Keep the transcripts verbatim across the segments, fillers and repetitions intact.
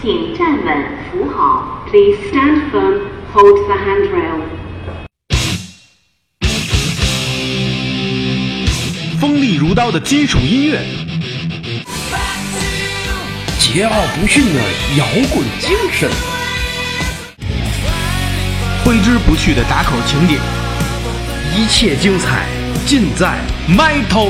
请站稳扶好 ，Please stand firm, hold the handrail。 锋利如刀的金属音乐， 桀骜不驯的摇滚精神， 挥之不去的打口情节， 一切精彩尽在 Metal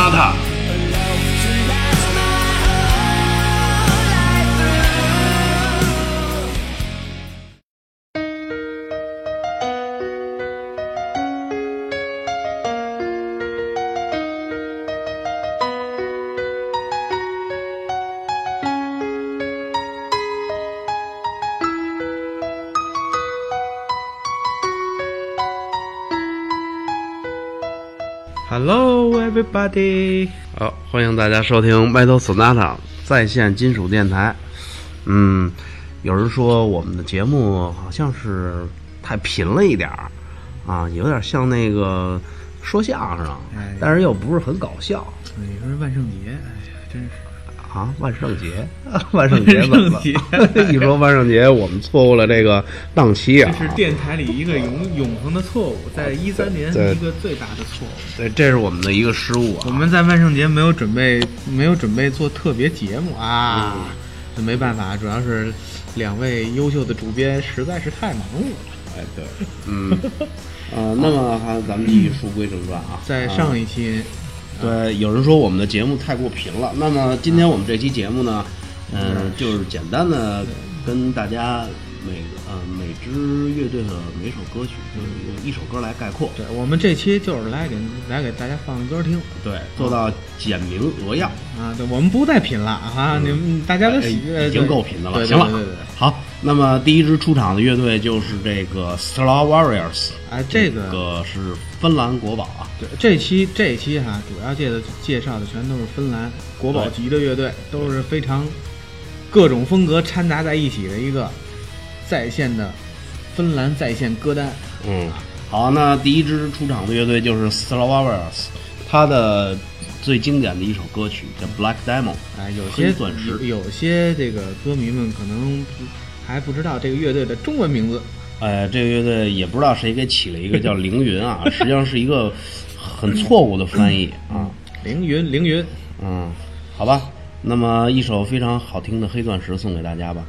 Sonata。Hello, everybody！ 好，欢迎大家收听 Metal Sonata 在线金属电台。嗯，有人说我们的节目好像是太贫了一点儿啊，有点像那个说相声，哎、但是又不是很搞笑。 你说是万圣节，哎呀，真是啊！万圣节，万圣节怎么了？一说万圣节，我们错过了这个档期啊！ 这是电台里一个永永恒的错误，在一三年一个最大的错误。 对，这是我们的一个失误啊！ 我们在万圣节没有准备，没有准备做特别节目啊，这、嗯、没办法，主要是两位优秀的主编实在是太忙碌了。 哎，对，嗯，呃，那么还咱们继续书归正传啊， 在上一期。 对，有人说我们的节目太过贫了。那么今天我们这期节目呢，嗯、呃，就是简单的跟大家每呃每支乐队的每首歌曲，就是用一首歌来概括。 对，我们这期就是来给来给大家放歌听。 对，做到简明扼要啊。对，我们不再贫了啊，嗯、你们大家都喜悦、 哎、已经够贫的了。 对行了， 对对对对好，那么第一支出场的乐队就是这个 Slav Warriors。 哎，这个这个是芬兰国宝啊。 对，这期这一期哈，主要介的介绍的全都是芬兰国宝级的乐队，都是非常各种风格掺杂在一起的一个在线的芬兰在线歌单。 嗯，好，那第一支出场的乐队就是 Slav Warriors， 它的最经典的一首歌曲叫 Black Demon。 哎，有些有有些这个歌迷们可能还不知道这个乐队的中文名字。 呃，这个乐队也不知道谁给起了一个叫凌云啊，实际上是一个很错误的翻译啊。 凌云，凌云， 嗯，好吧，那么一首非常好听的黑钻石送给大家吧。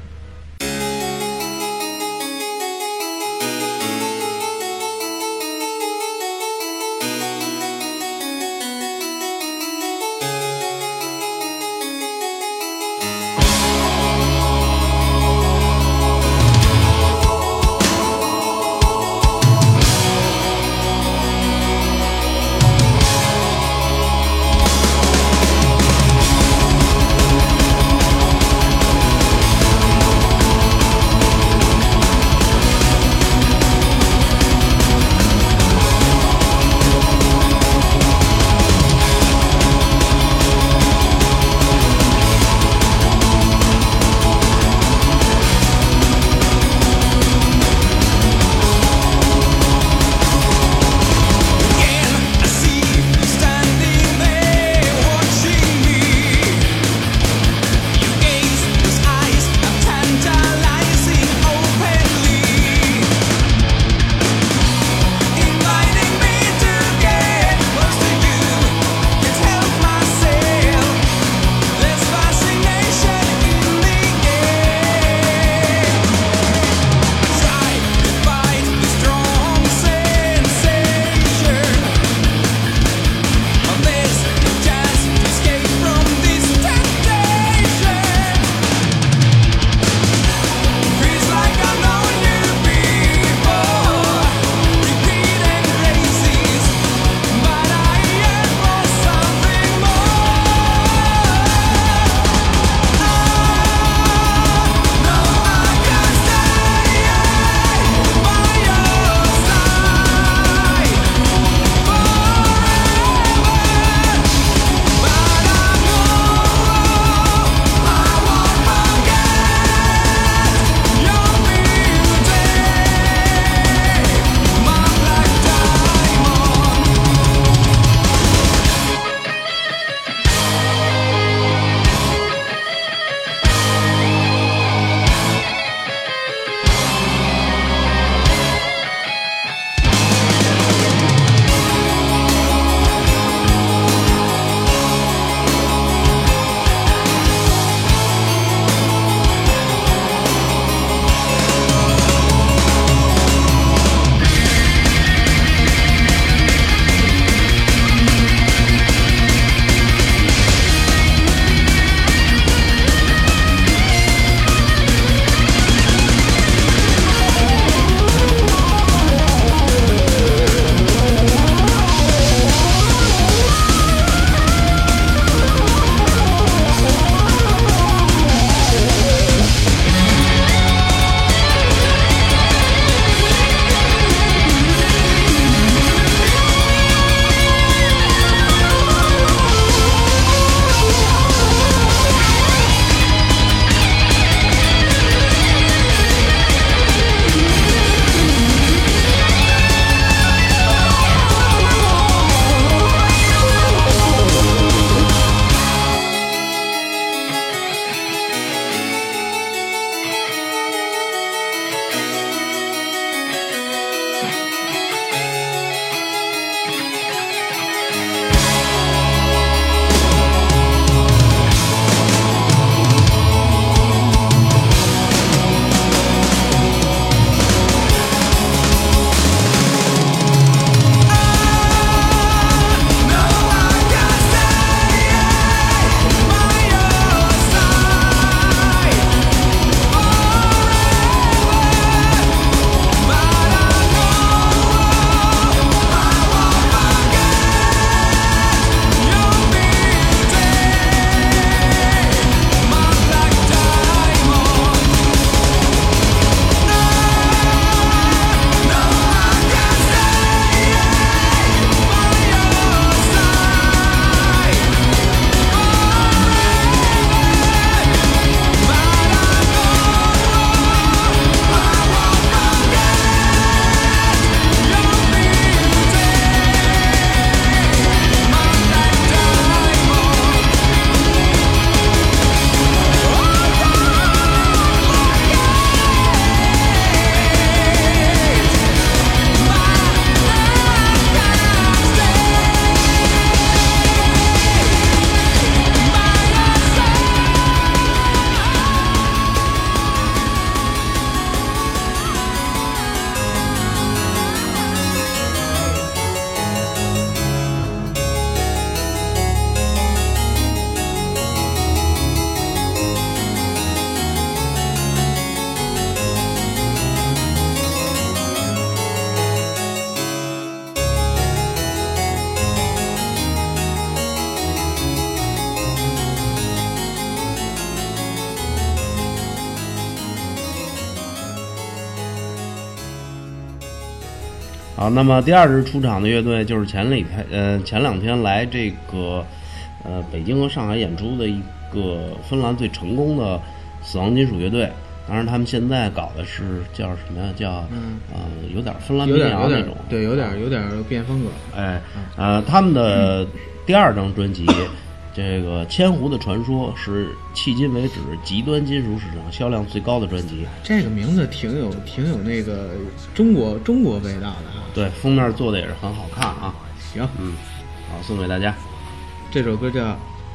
好，那么第二支出场的乐队就是前两天呃前两天来这个呃北京和上海演出的一个芬兰最成功的死亡金属乐队。当然，他们现在搞的是叫什么呀？叫嗯呃有点芬兰民谣那种， 对，有点有点变风格。 哎呃，他们的第二张专辑。这个《千湖的传说》是迄今为止极端金属史上销量最高的专辑。 这个名字挺有挺有那个中国中国味道的哈。 对，封面做的也是很好看啊。 行， 嗯，好，送给大家。 这首歌叫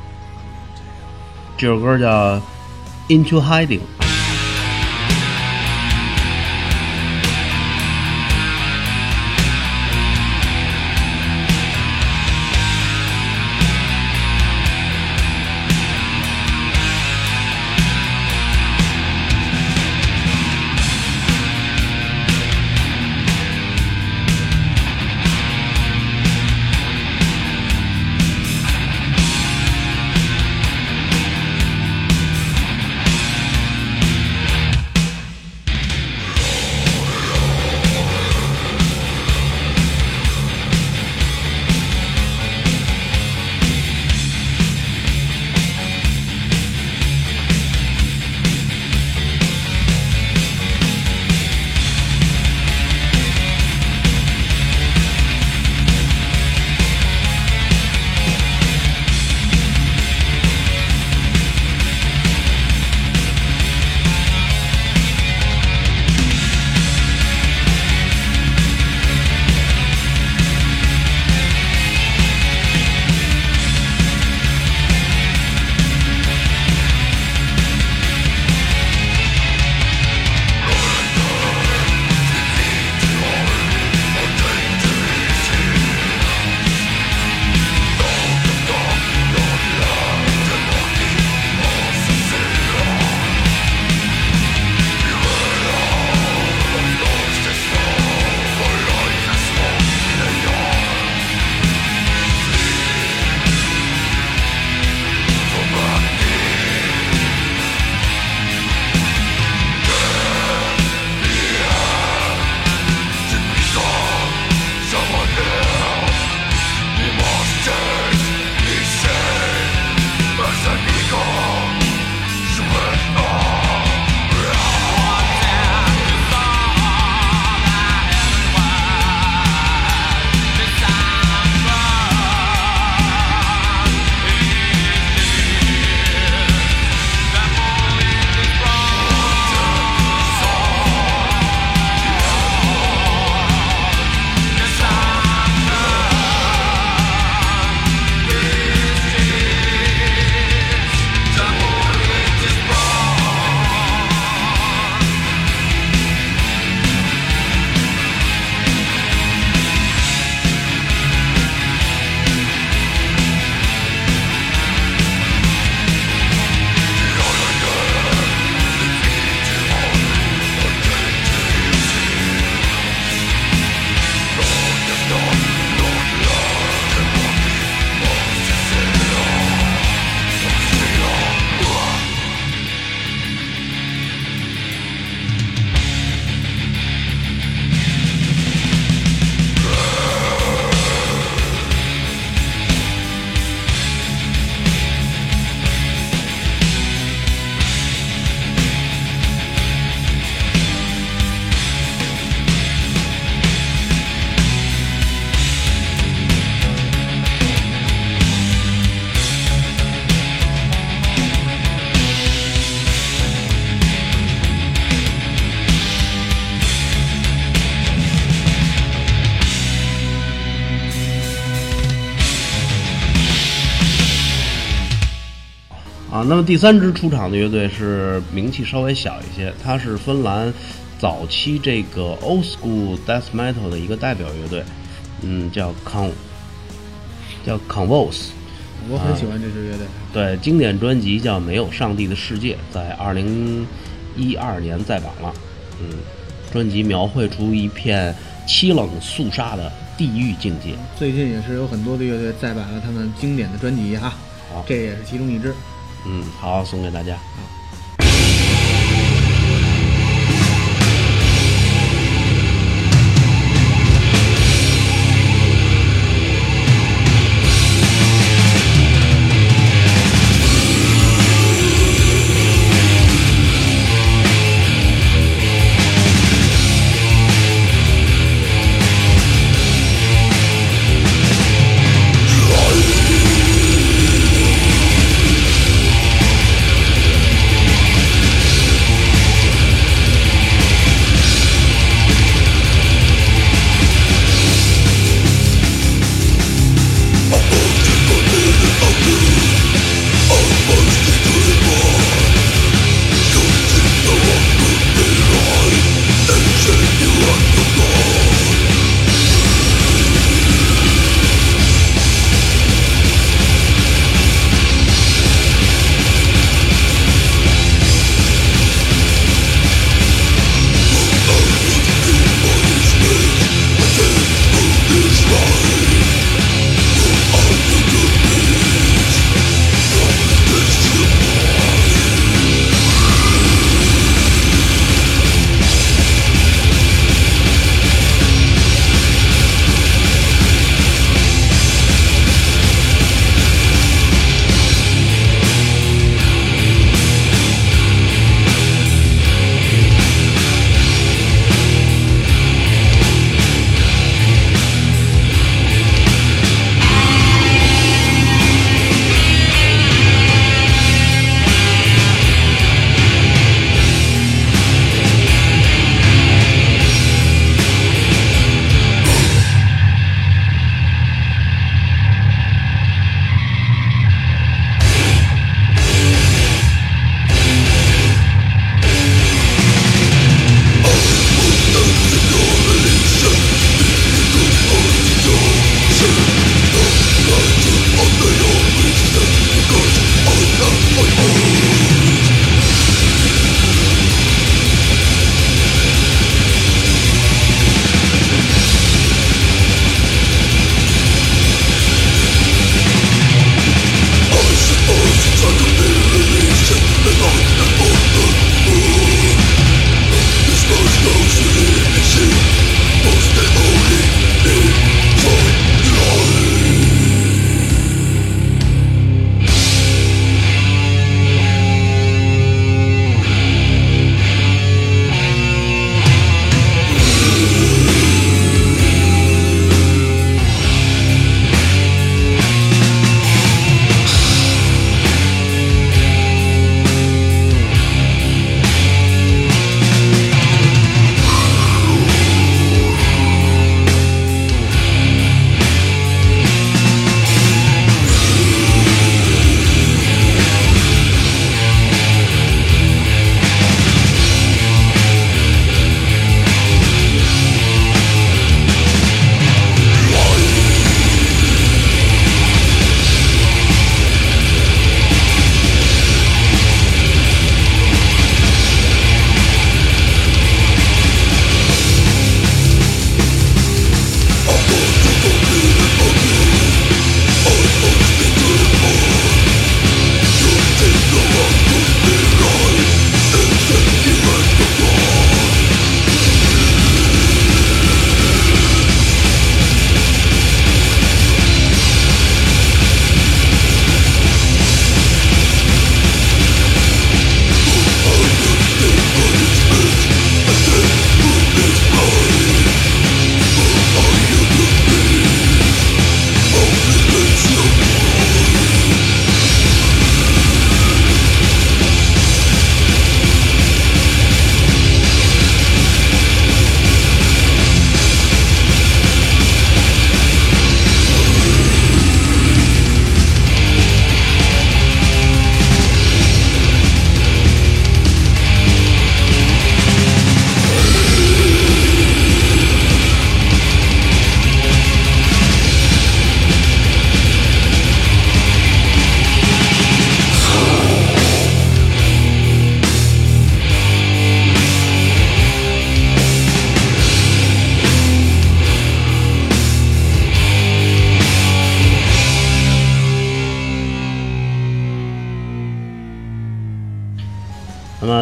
这首歌叫《Into Hiding》。啊，那么第三支出场的乐队是名气稍微小一些，它是芬兰早期这个 old school death metal 的一个代表乐队，嗯，叫 Con， 叫 Convulse。 我很喜欢这支乐队、啊。 对，经典专辑叫《没有上帝的世界》，在二零一二年再版了。嗯，专辑描绘出一片凄冷肃杀的地狱境界。 最近也是有很多的乐队再版了他们经典的专辑哈， 好， 这也是其中一支。 嗯，好，送给大家。 好。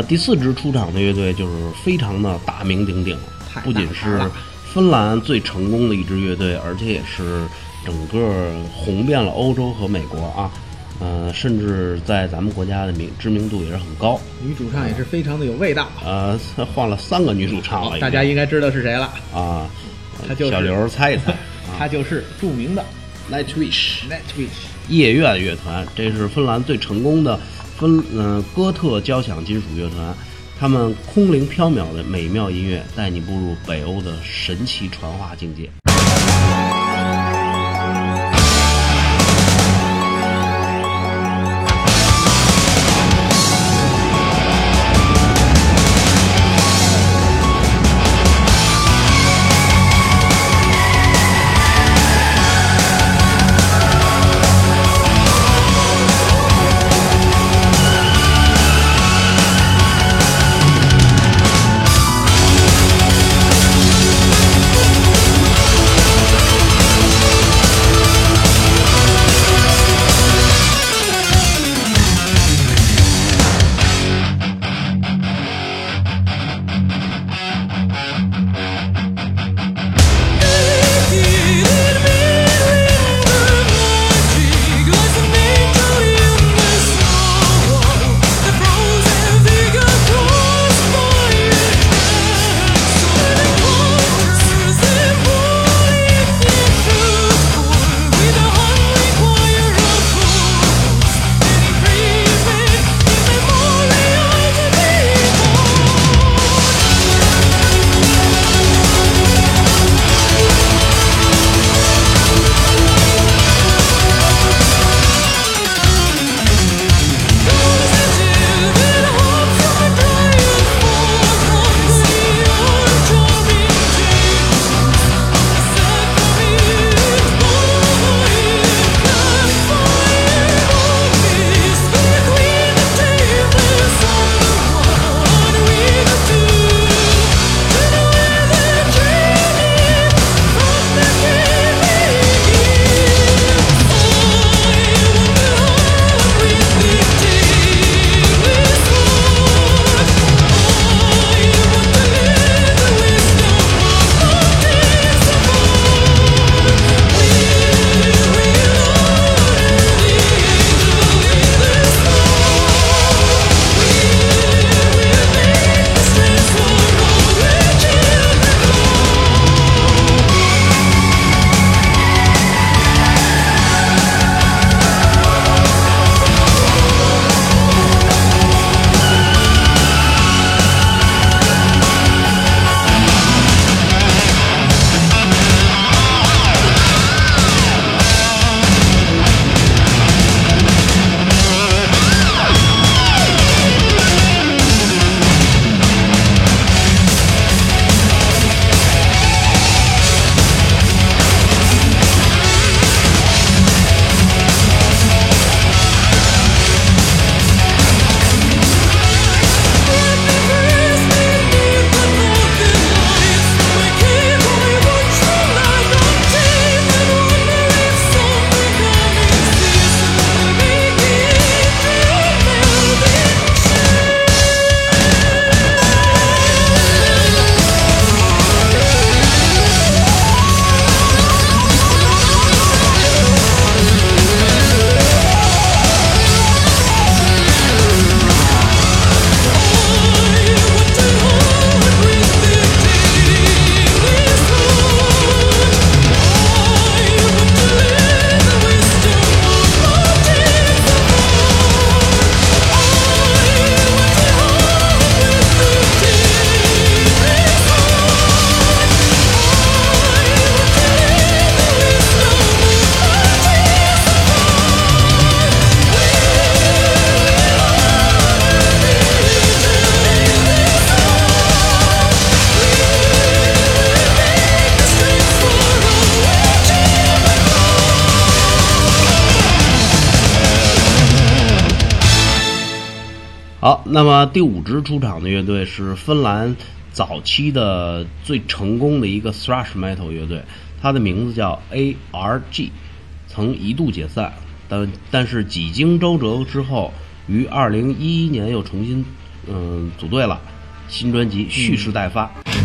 第四支出场的乐队就是非常的大名鼎鼎，不仅是芬兰最成功的一支乐队，而且也是整个红遍了欧洲和美国啊。呃，甚至在咱们国家的名知名度也是很高， 女主唱也是非常的有味道。 呃，换了三个女主唱了， 大家应该知道是谁了啊？ 她就是小刘，猜一猜， 她就是著名的 Nightwish Nightwish 夜愿乐团，这是芬兰最成功的芬嗯、呃、哥特交响金属乐团。他们空灵飘渺的美妙音乐，带你步入北欧的神奇传话境界。好，那么第五支出场的乐队是芬兰早期的最成功的一个 thrash metal 乐队，它的名字叫 A R G， 曾一度解散，但但是几经周折之后，于二零一一年又重新嗯组队了，新专辑蓄势待发。嗯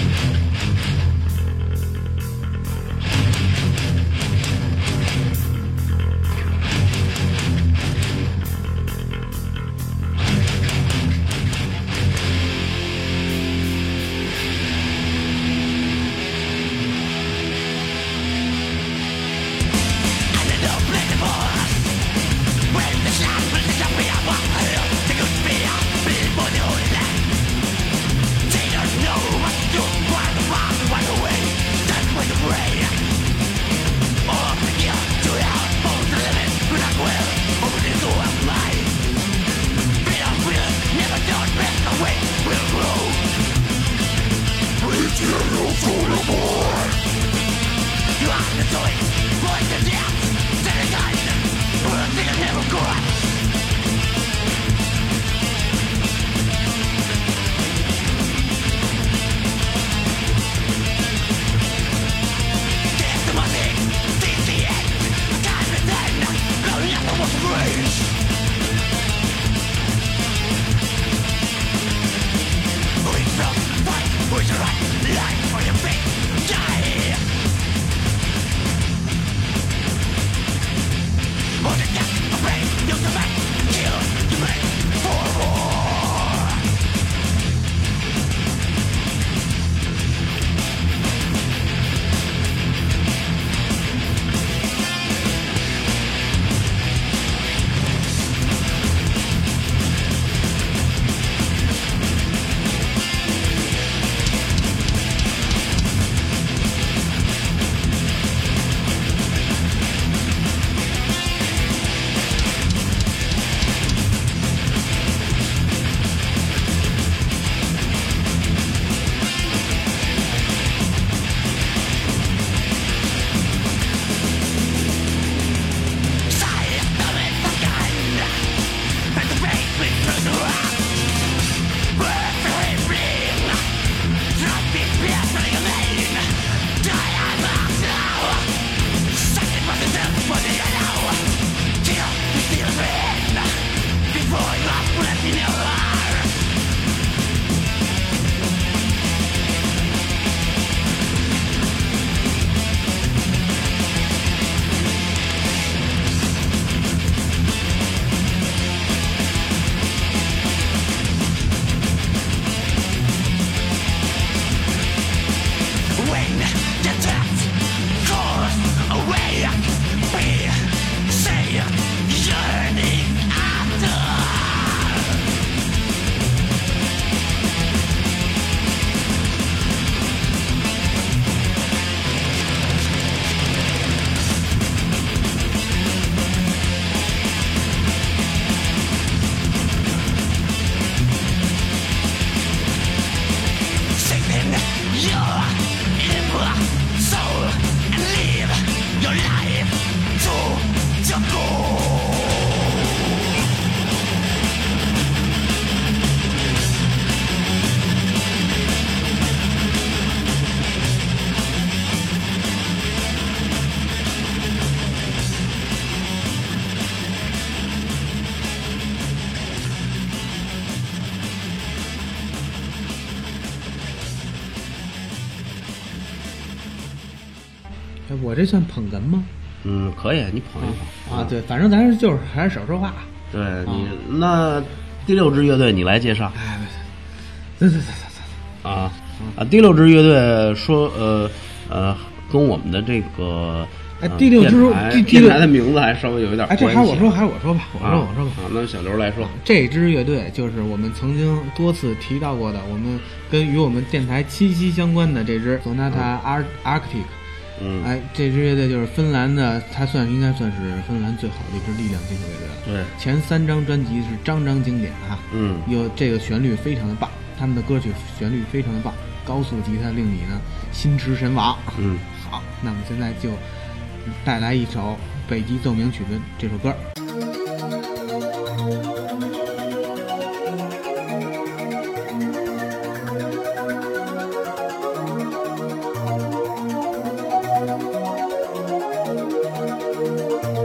我这算捧哏吗？ 嗯，可以，你捧一捧啊。对，反正咱就是还是少说话。 对你、啊、那第六支乐队你来介绍。 哎，对对对对对啊啊！第六支乐队说呃呃，跟我们的这个哎第六支电电台的名字还稍微有一点关系。 哎，这还是我说还是我说吧，我说、啊、我说吧。 啊，那小刘来说， 这支乐队就是我们曾经多次提到过的，我们跟与我们电台息息相关的这支 Sonata Arctic。 嗯， 哎，这支乐队就是芬兰的，它算应该算是芬兰最好的一支力量金属乐队了。 对， 前三张专辑是张张经典哈。 嗯， 有这个旋律非常的棒，他们的歌曲旋律非常的棒，高速吉他令你呢心驰神往。 嗯， 好，那么现在就带来一首《北极奏鸣曲》的这首歌。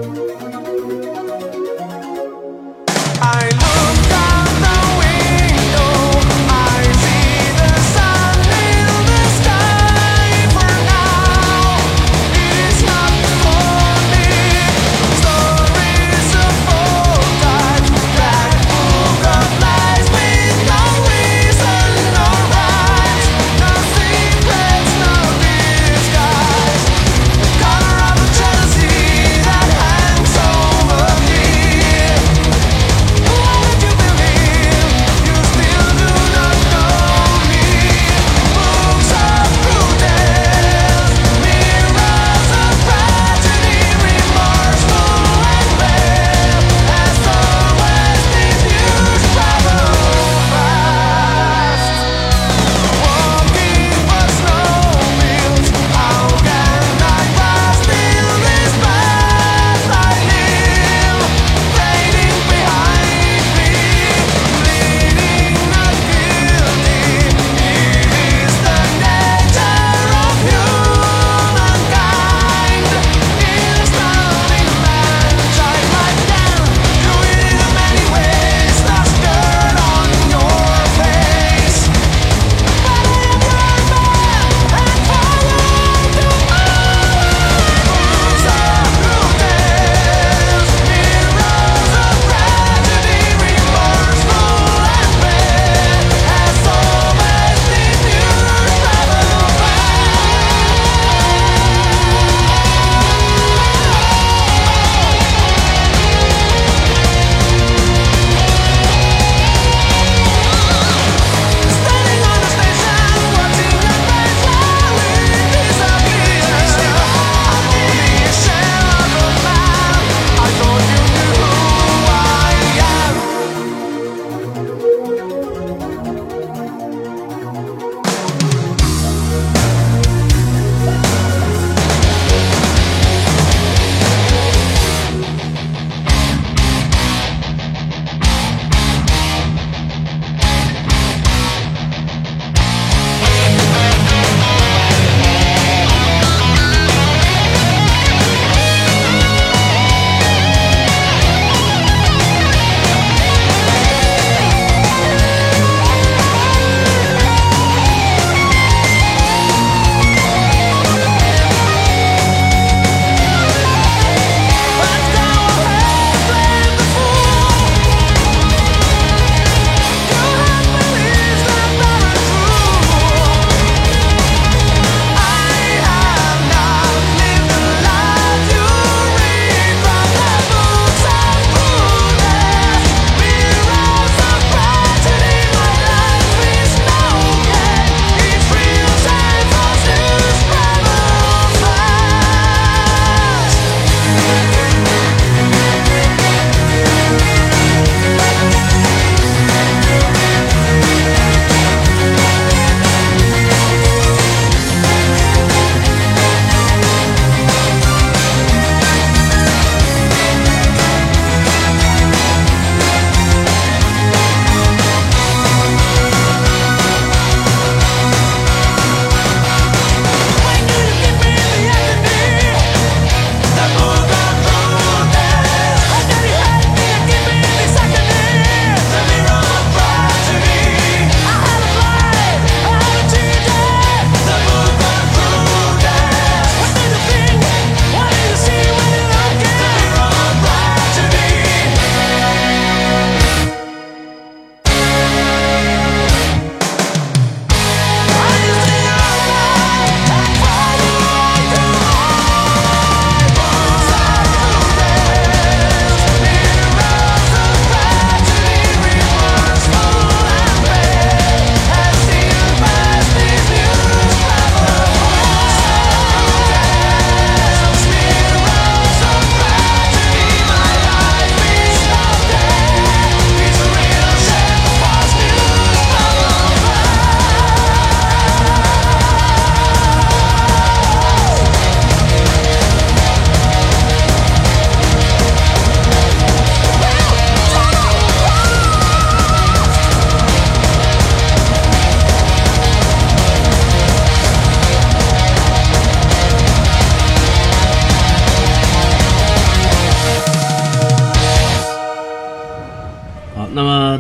I look out the window.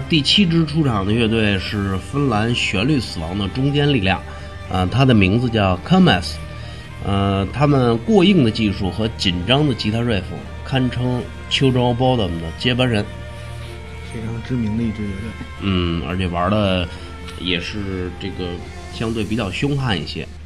第七支出场的乐队是芬兰旋律死亡的中坚力量，啊，它的名字叫 Kamas， 呃，他们过硬的技术和紧张的吉他 riff 堪称秋周 Bottom 的接班人， 非常知名的一支乐队。 嗯，而且玩的也是这个相对比较凶悍一些。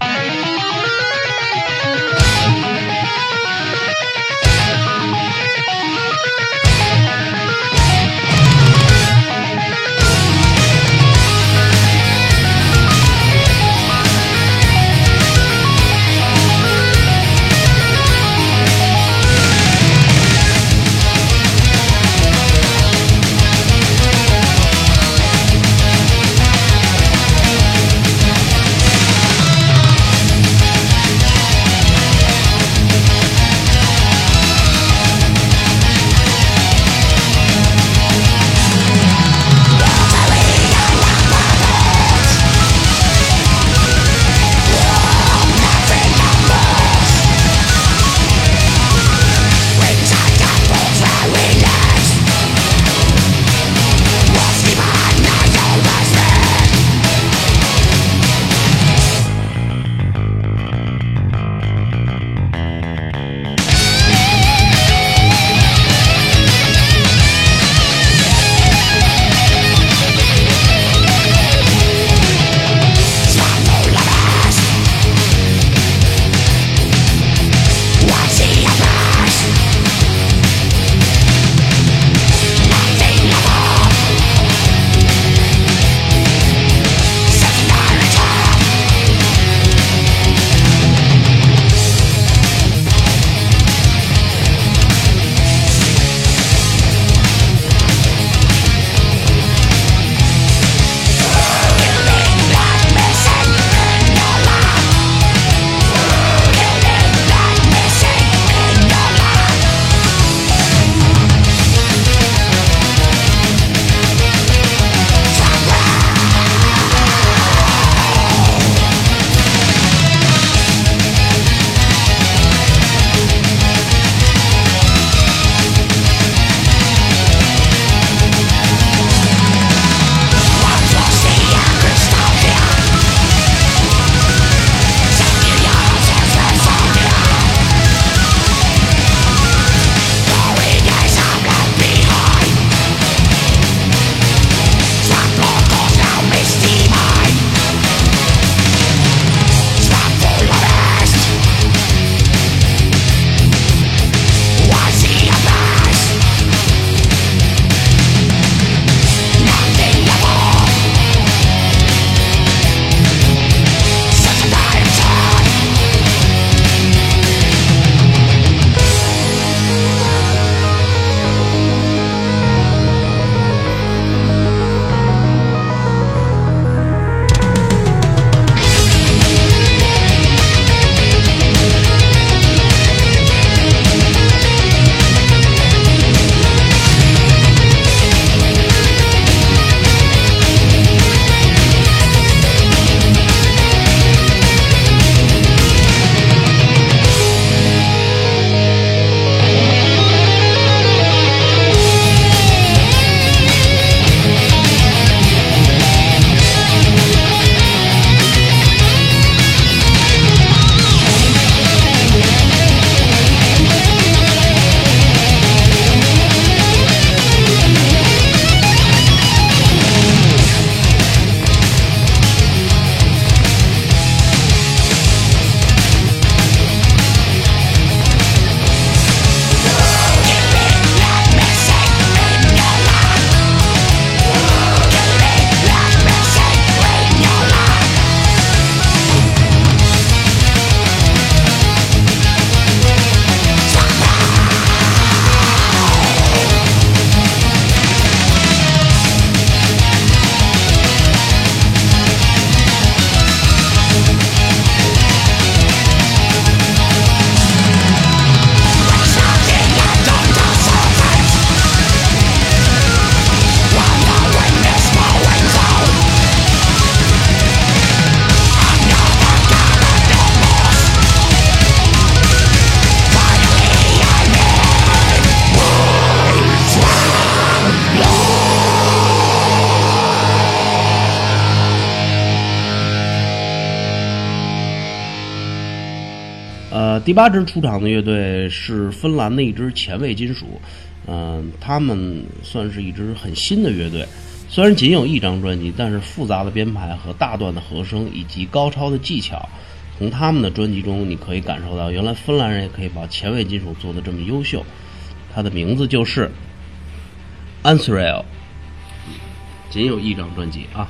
第八支出场的乐队是芬兰的一支前卫金属，嗯、呃，他们算是一支很新的乐队。虽然仅有一张专辑，但是复杂的编排和大段的和声以及高超的技巧，从他们的专辑中你可以感受到，原来芬兰人也可以把前卫金属做得这么优秀。它的名字就是 Ansrail， 仅有一张专辑啊。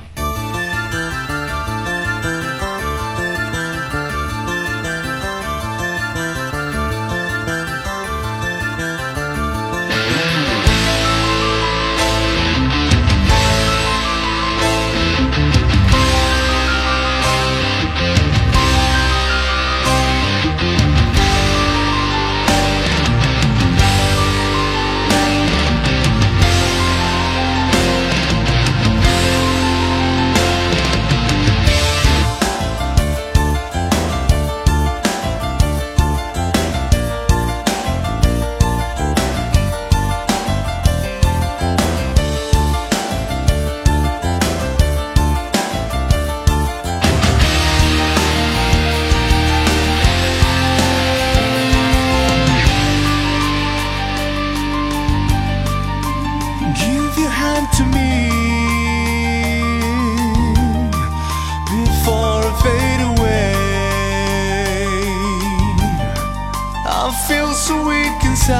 To me before I fade away, I feel so weak inside.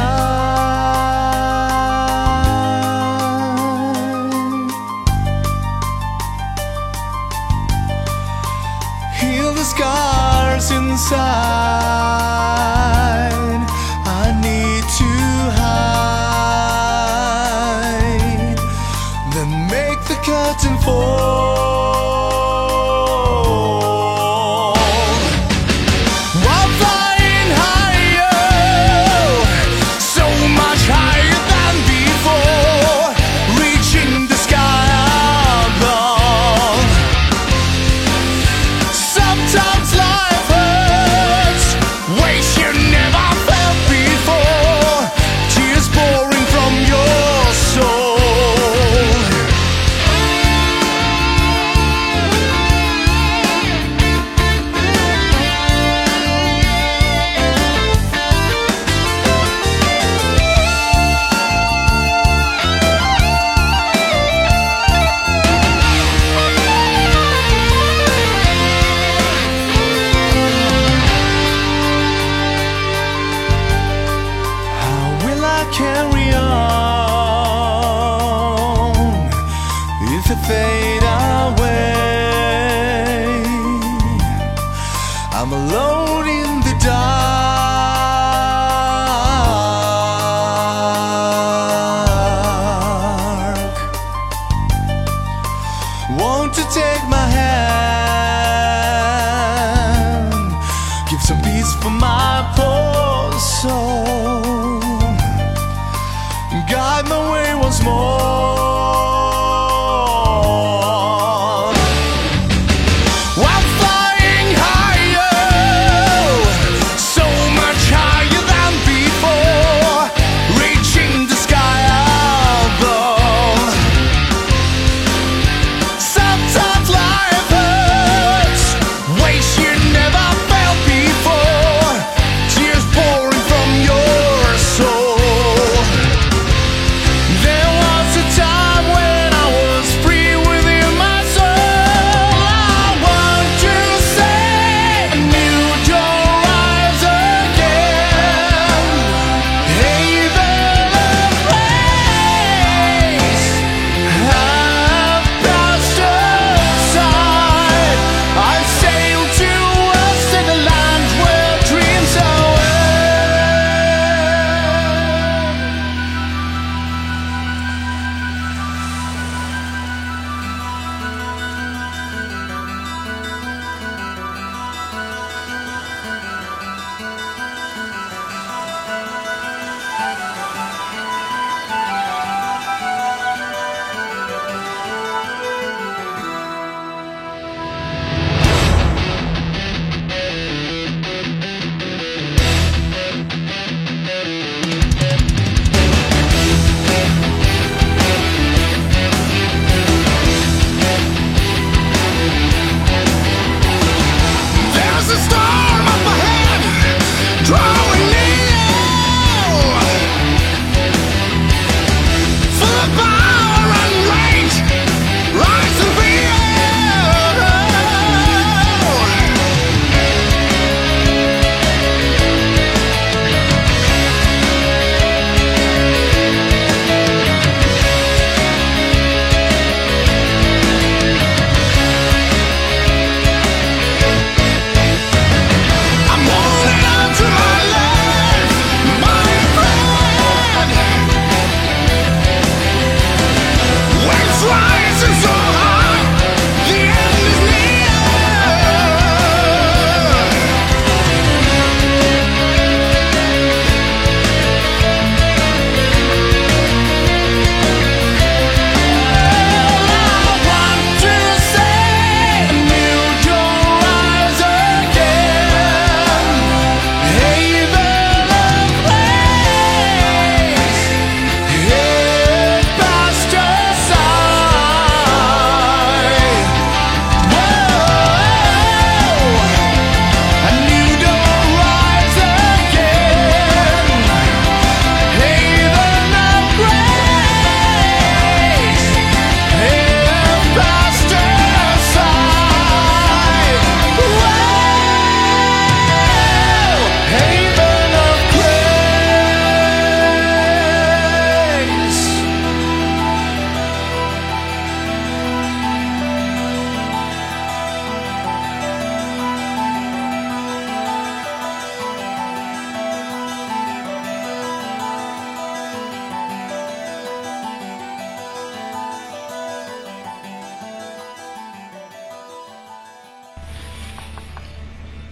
Heal the scars inside. I need to hide, then make the curtain fall. While flying higher, so much higher than before, reaching the sky above. Sometimes life hurts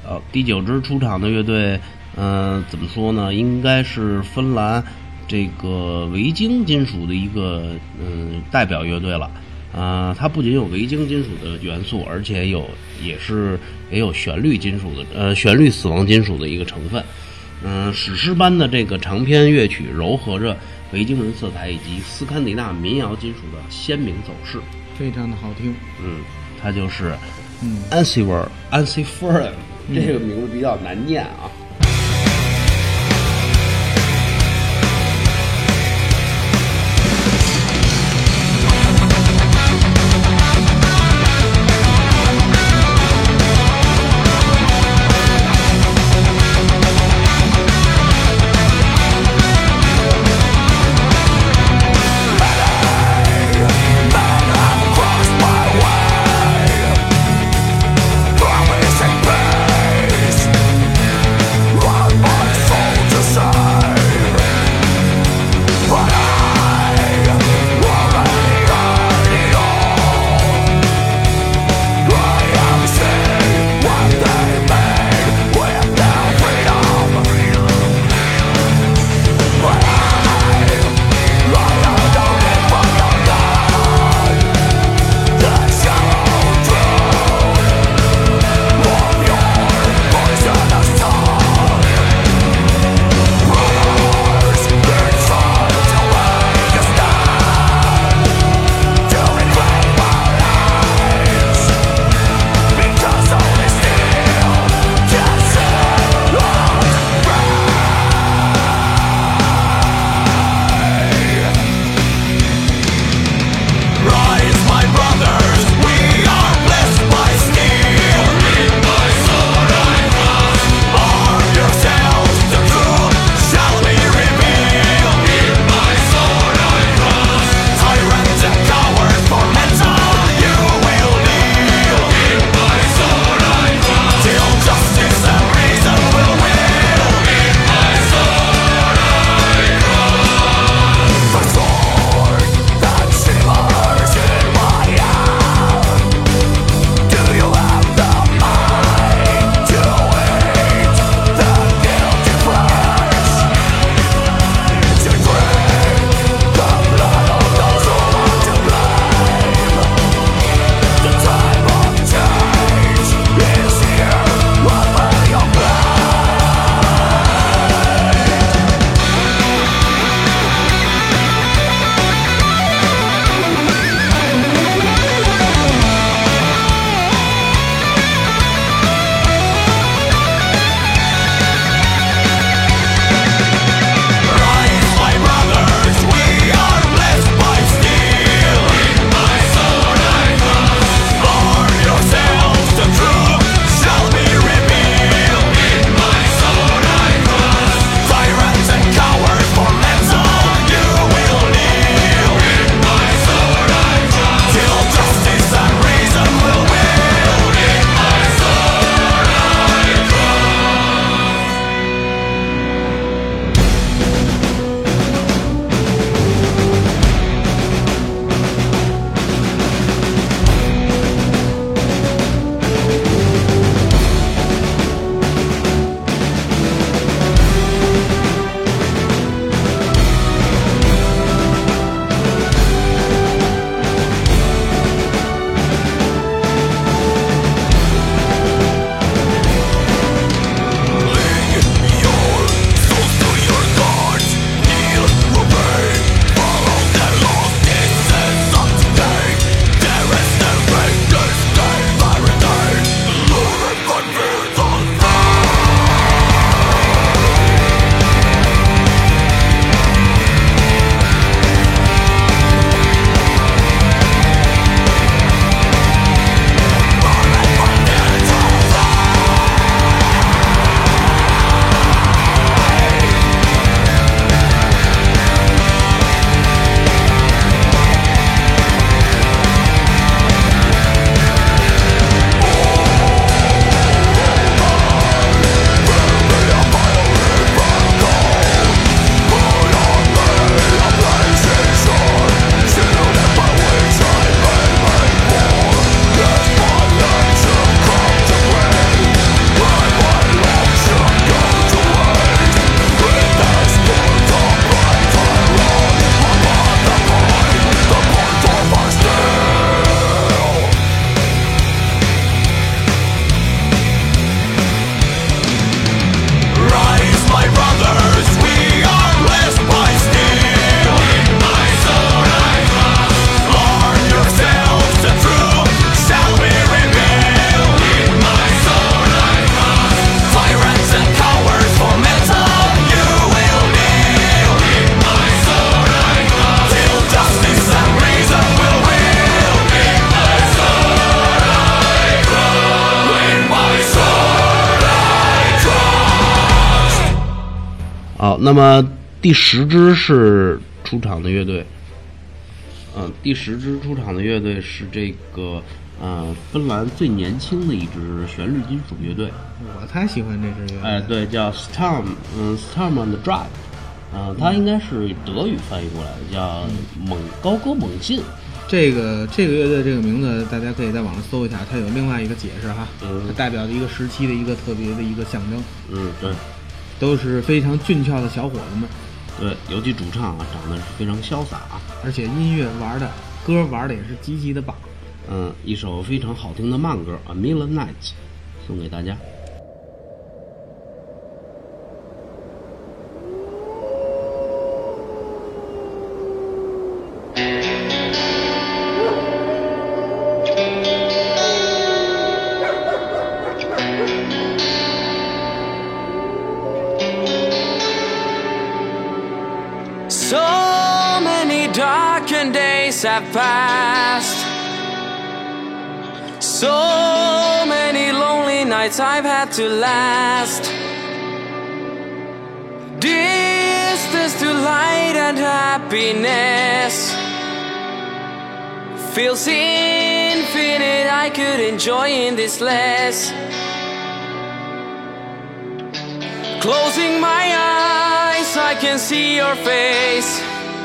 呃，第九支出场的乐队，嗯、呃，怎么说呢？应该是芬兰这个维京金属的一个嗯、呃、代表乐队了。啊、呃，它不仅有维京金属的元素，而且有也是也有旋律金属的呃旋律死亡金属的一个成分。嗯、呃，史诗般的这个长篇乐曲，糅合着维京人色彩以及斯堪的纳民谣金属的鲜明走势， 非常的好听。 嗯，它就是嗯 Ansiver Ansifer， 这个名字比较难念啊。 Promise and peace. 好，那么第十支是出场的乐队，嗯，第十支出场的乐队是这个呃芬兰最年轻的一支旋律金属乐队。 我才喜欢这支乐队。 哎，对，叫 Storm， 嗯 ，Storm and Drive， 呃，它应该是德语翻译过来的，叫猛高歌猛进。 这个这个乐队这个名字，大家可以在网上搜一下，它有另外一个解释哈， 嗯， 它代表的一个时期的一个特别的一个象征。 嗯，对， 都是非常俊俏的小伙子们。 对，尤其主唱啊，长得是非常潇洒， 而且音乐玩的歌玩的也是极其的棒。 嗯，一首非常好听的慢歌《A Million Nights》送给大家。 So many darkened days have passed. So many lonely nights I've had to last. Distance to light and happiness feels infinite. I could enjoy in this less. Closing my eyes, I can see your face,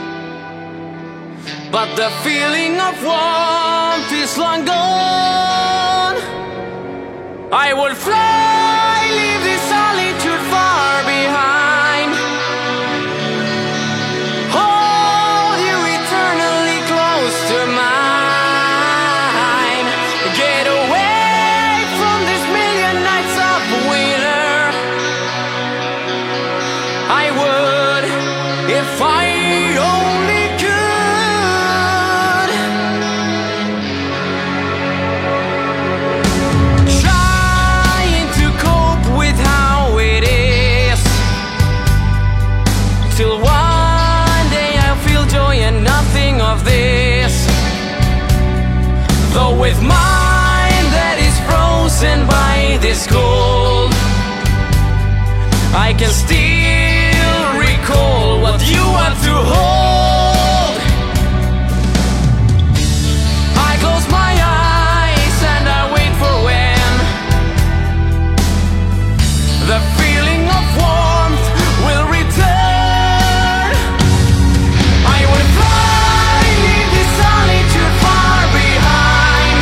but the feeling of warmth is long gone. I will fly, leave this solitude far behind, hold you eternally close to mine, get away from this million nights of winter. I would if I only could. Trying to cope with how it is, till one day I'll feel joy and nothing of this. Though with mind that is frozen by this cold, I can still recall what you have to hold. I close my eyes and I wait for when the feeling of warmth will return. I will fly, leave this solitude far behind,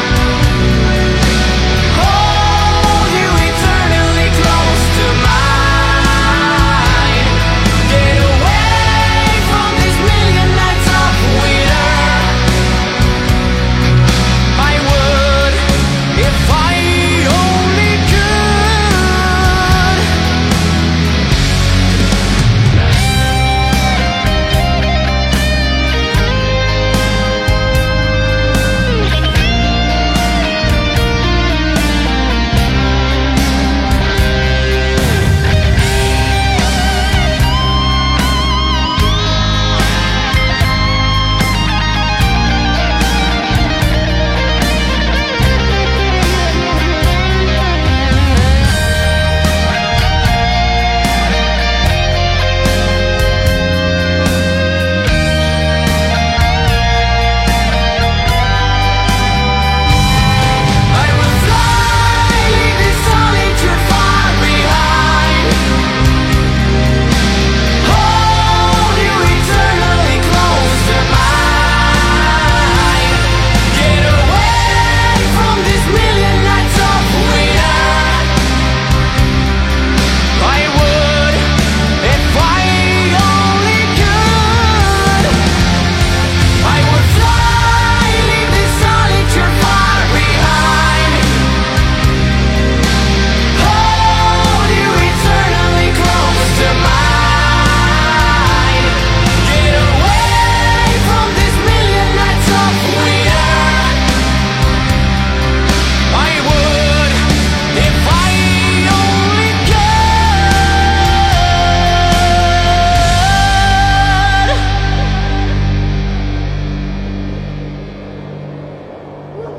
hold you eternally close to mine, get away from these million nights of winter. I would if I only could. I will fly, leave this solitude far behind, hold you eternally close to mine, get away from these million nights of winter. I would if I only could. I would fly, leave this solitude far behind, hold you eternally close to mine, get away from these million nights of winter. I would if I only could.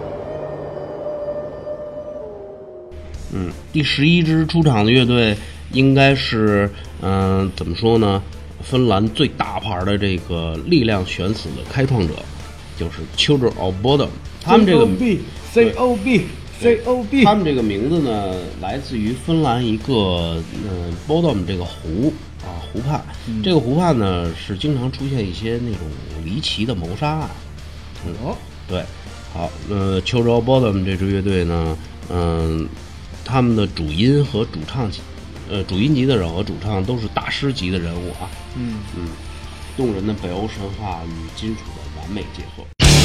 嗯，第十一支出场的乐队应该是嗯、呃、怎么说呢？芬兰最大牌的这个力量悬死的开创者，就是 Children of Bodom。他们这个 C O B C O B， 他们这个名字呢，来自于芬兰一个嗯 Bodom 这个湖啊湖畔、嗯。这个湖畔呢是经常出现一些那种离奇的谋杀案。嗯、哦，对，好，呃 Children of Bodom 这支乐队呢，嗯、呃，他们的主音和主唱，呃，主音级的人和主唱都是大师级的人物啊。 嗯嗯，动人的北欧神话与金属的完美结合。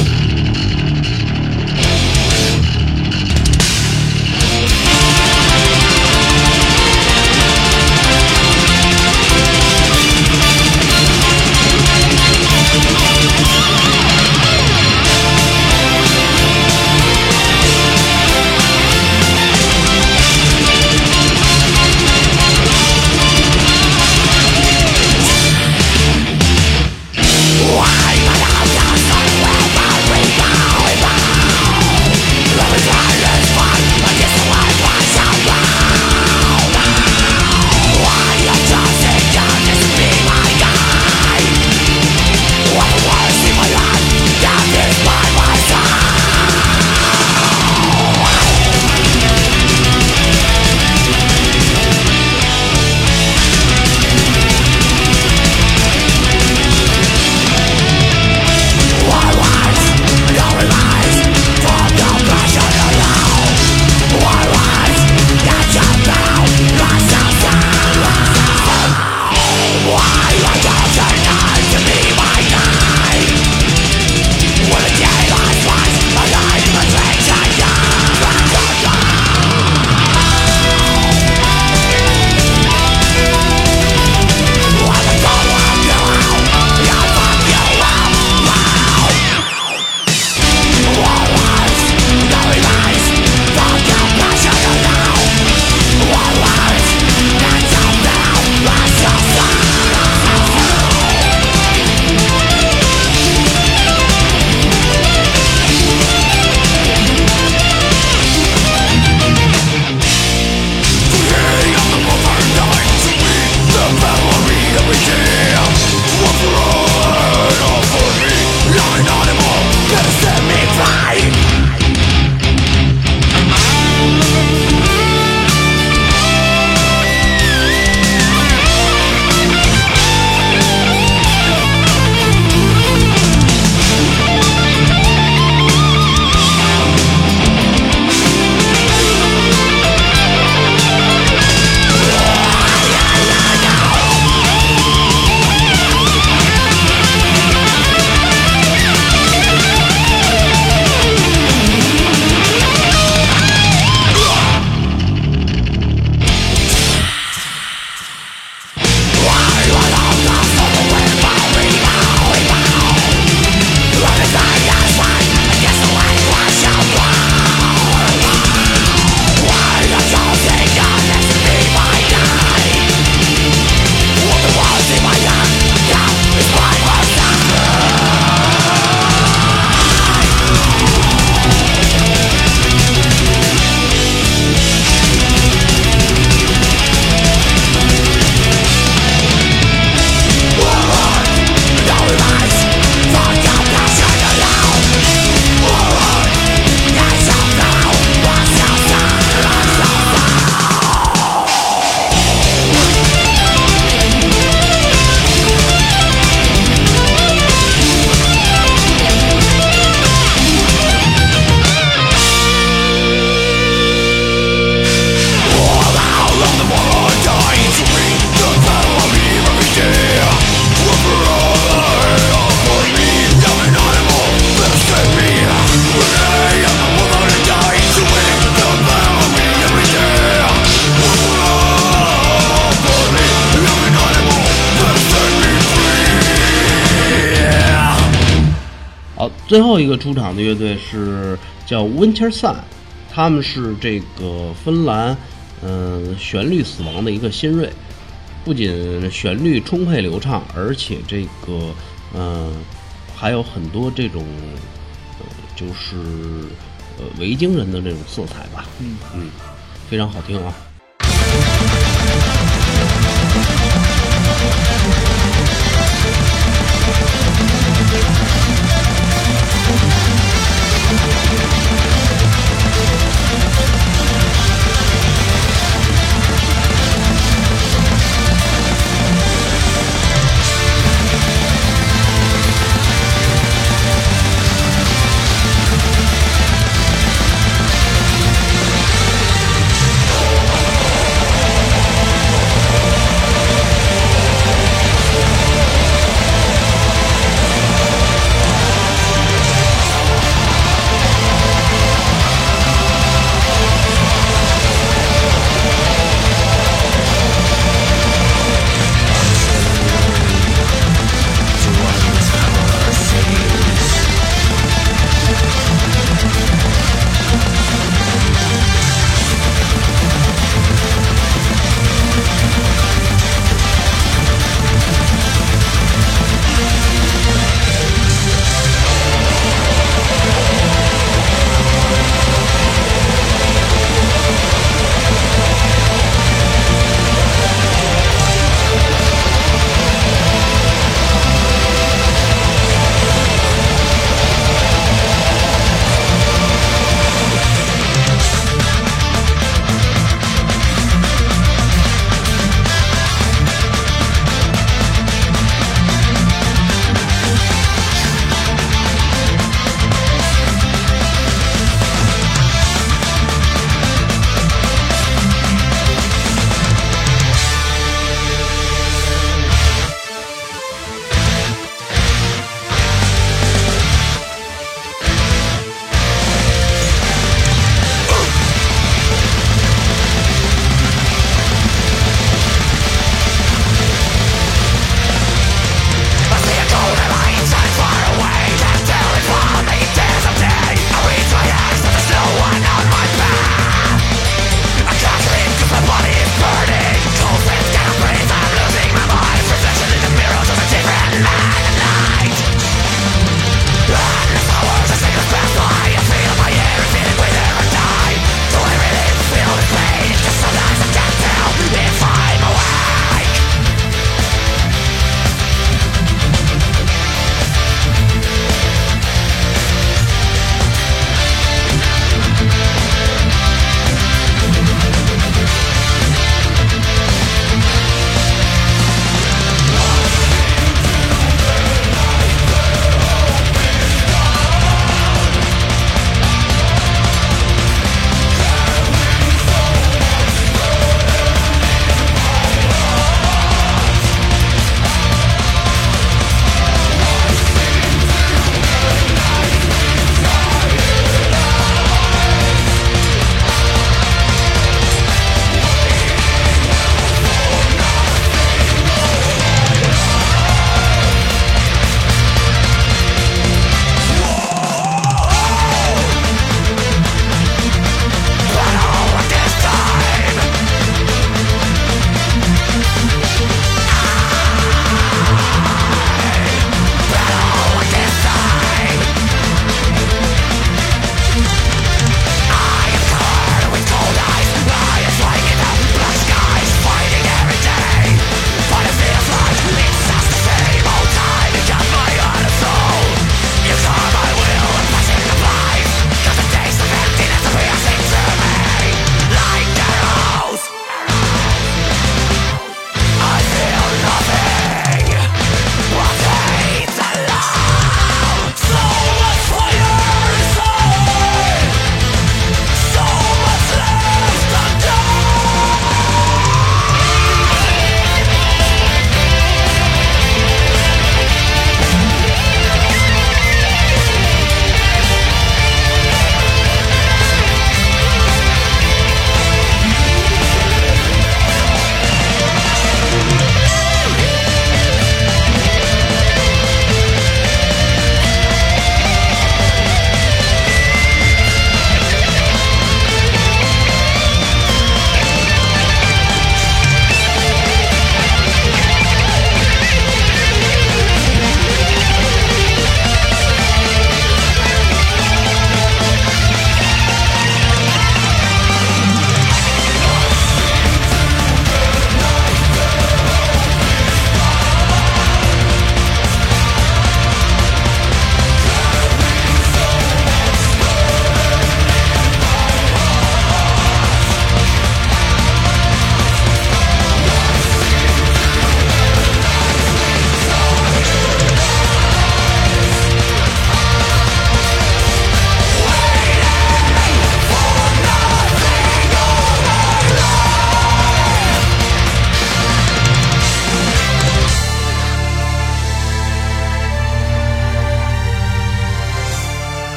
最后一个出场的乐队是叫 Winter Sun， 他们是这个芬兰嗯、呃、旋律死亡的一个新锐，不仅旋律充沛流畅，而且这个嗯、呃、还有很多这种呃就是呃维京人的这种色彩吧，嗯嗯，非常好听啊。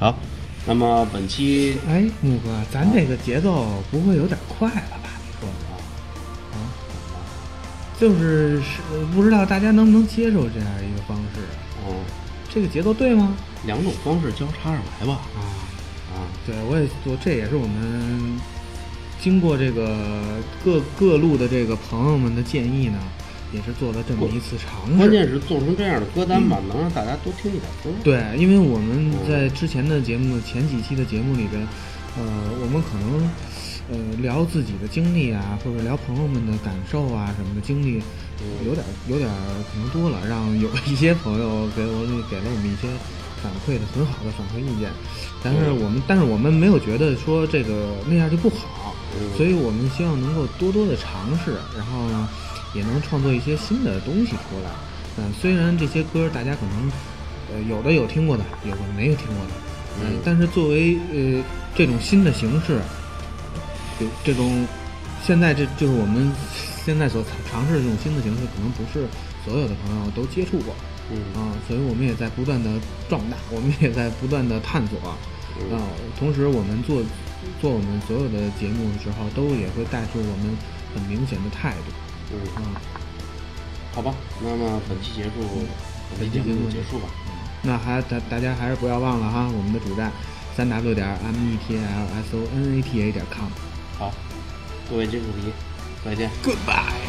好，那么本期哎，木哥，咱这个节奏不会有点快了吧？你说啊？啊，就是是不知道大家能不能接受这样一个方式？ 嗯， 这个节奏对吗？ 两种方式交叉着来吧。 啊啊， 对，我也我这也是我们经过这个各各路的这个朋友们的建议呢，也是做了这么一次尝试。 关键是做成这样的歌单吧，嗯、能让大家多听一点歌。 对，因为我们在之前的节目、嗯、前几期的节目里边，呃，我们可能呃聊自己的经历啊，或者聊朋友们的感受啊什么的经历，呃、有点有点可能多了，让有一些朋友给我给了我们一些反馈的很好的反馈意见。但是我们，嗯、但是我们没有觉得说这个那样就不好，嗯、所以我们希望能够多多的尝试，然后呢，也能创作一些新的东西出来。嗯，虽然这些歌大家可能，呃，有的有听过的，有的没有听过的，嗯，但是作为呃这种新的形式，有这种现在这就是我们现在所尝试的这种新的形式，可能不是所有的朋友都接触过，嗯啊，所以我们也在不断的壮大，我们也在不断的探索，啊，同时我们做做我们所有的节目的时候，都也会带出我们很明显的态度。 嗯啊，好吧，那么本期结束，嗯、本期节目结束吧。 嗯、那还大大家还是不要忘了哈，我们的主站三 w 点 m e t l s o n a t a 点 com。 好，各位金属迷，再见 ，Goodbye。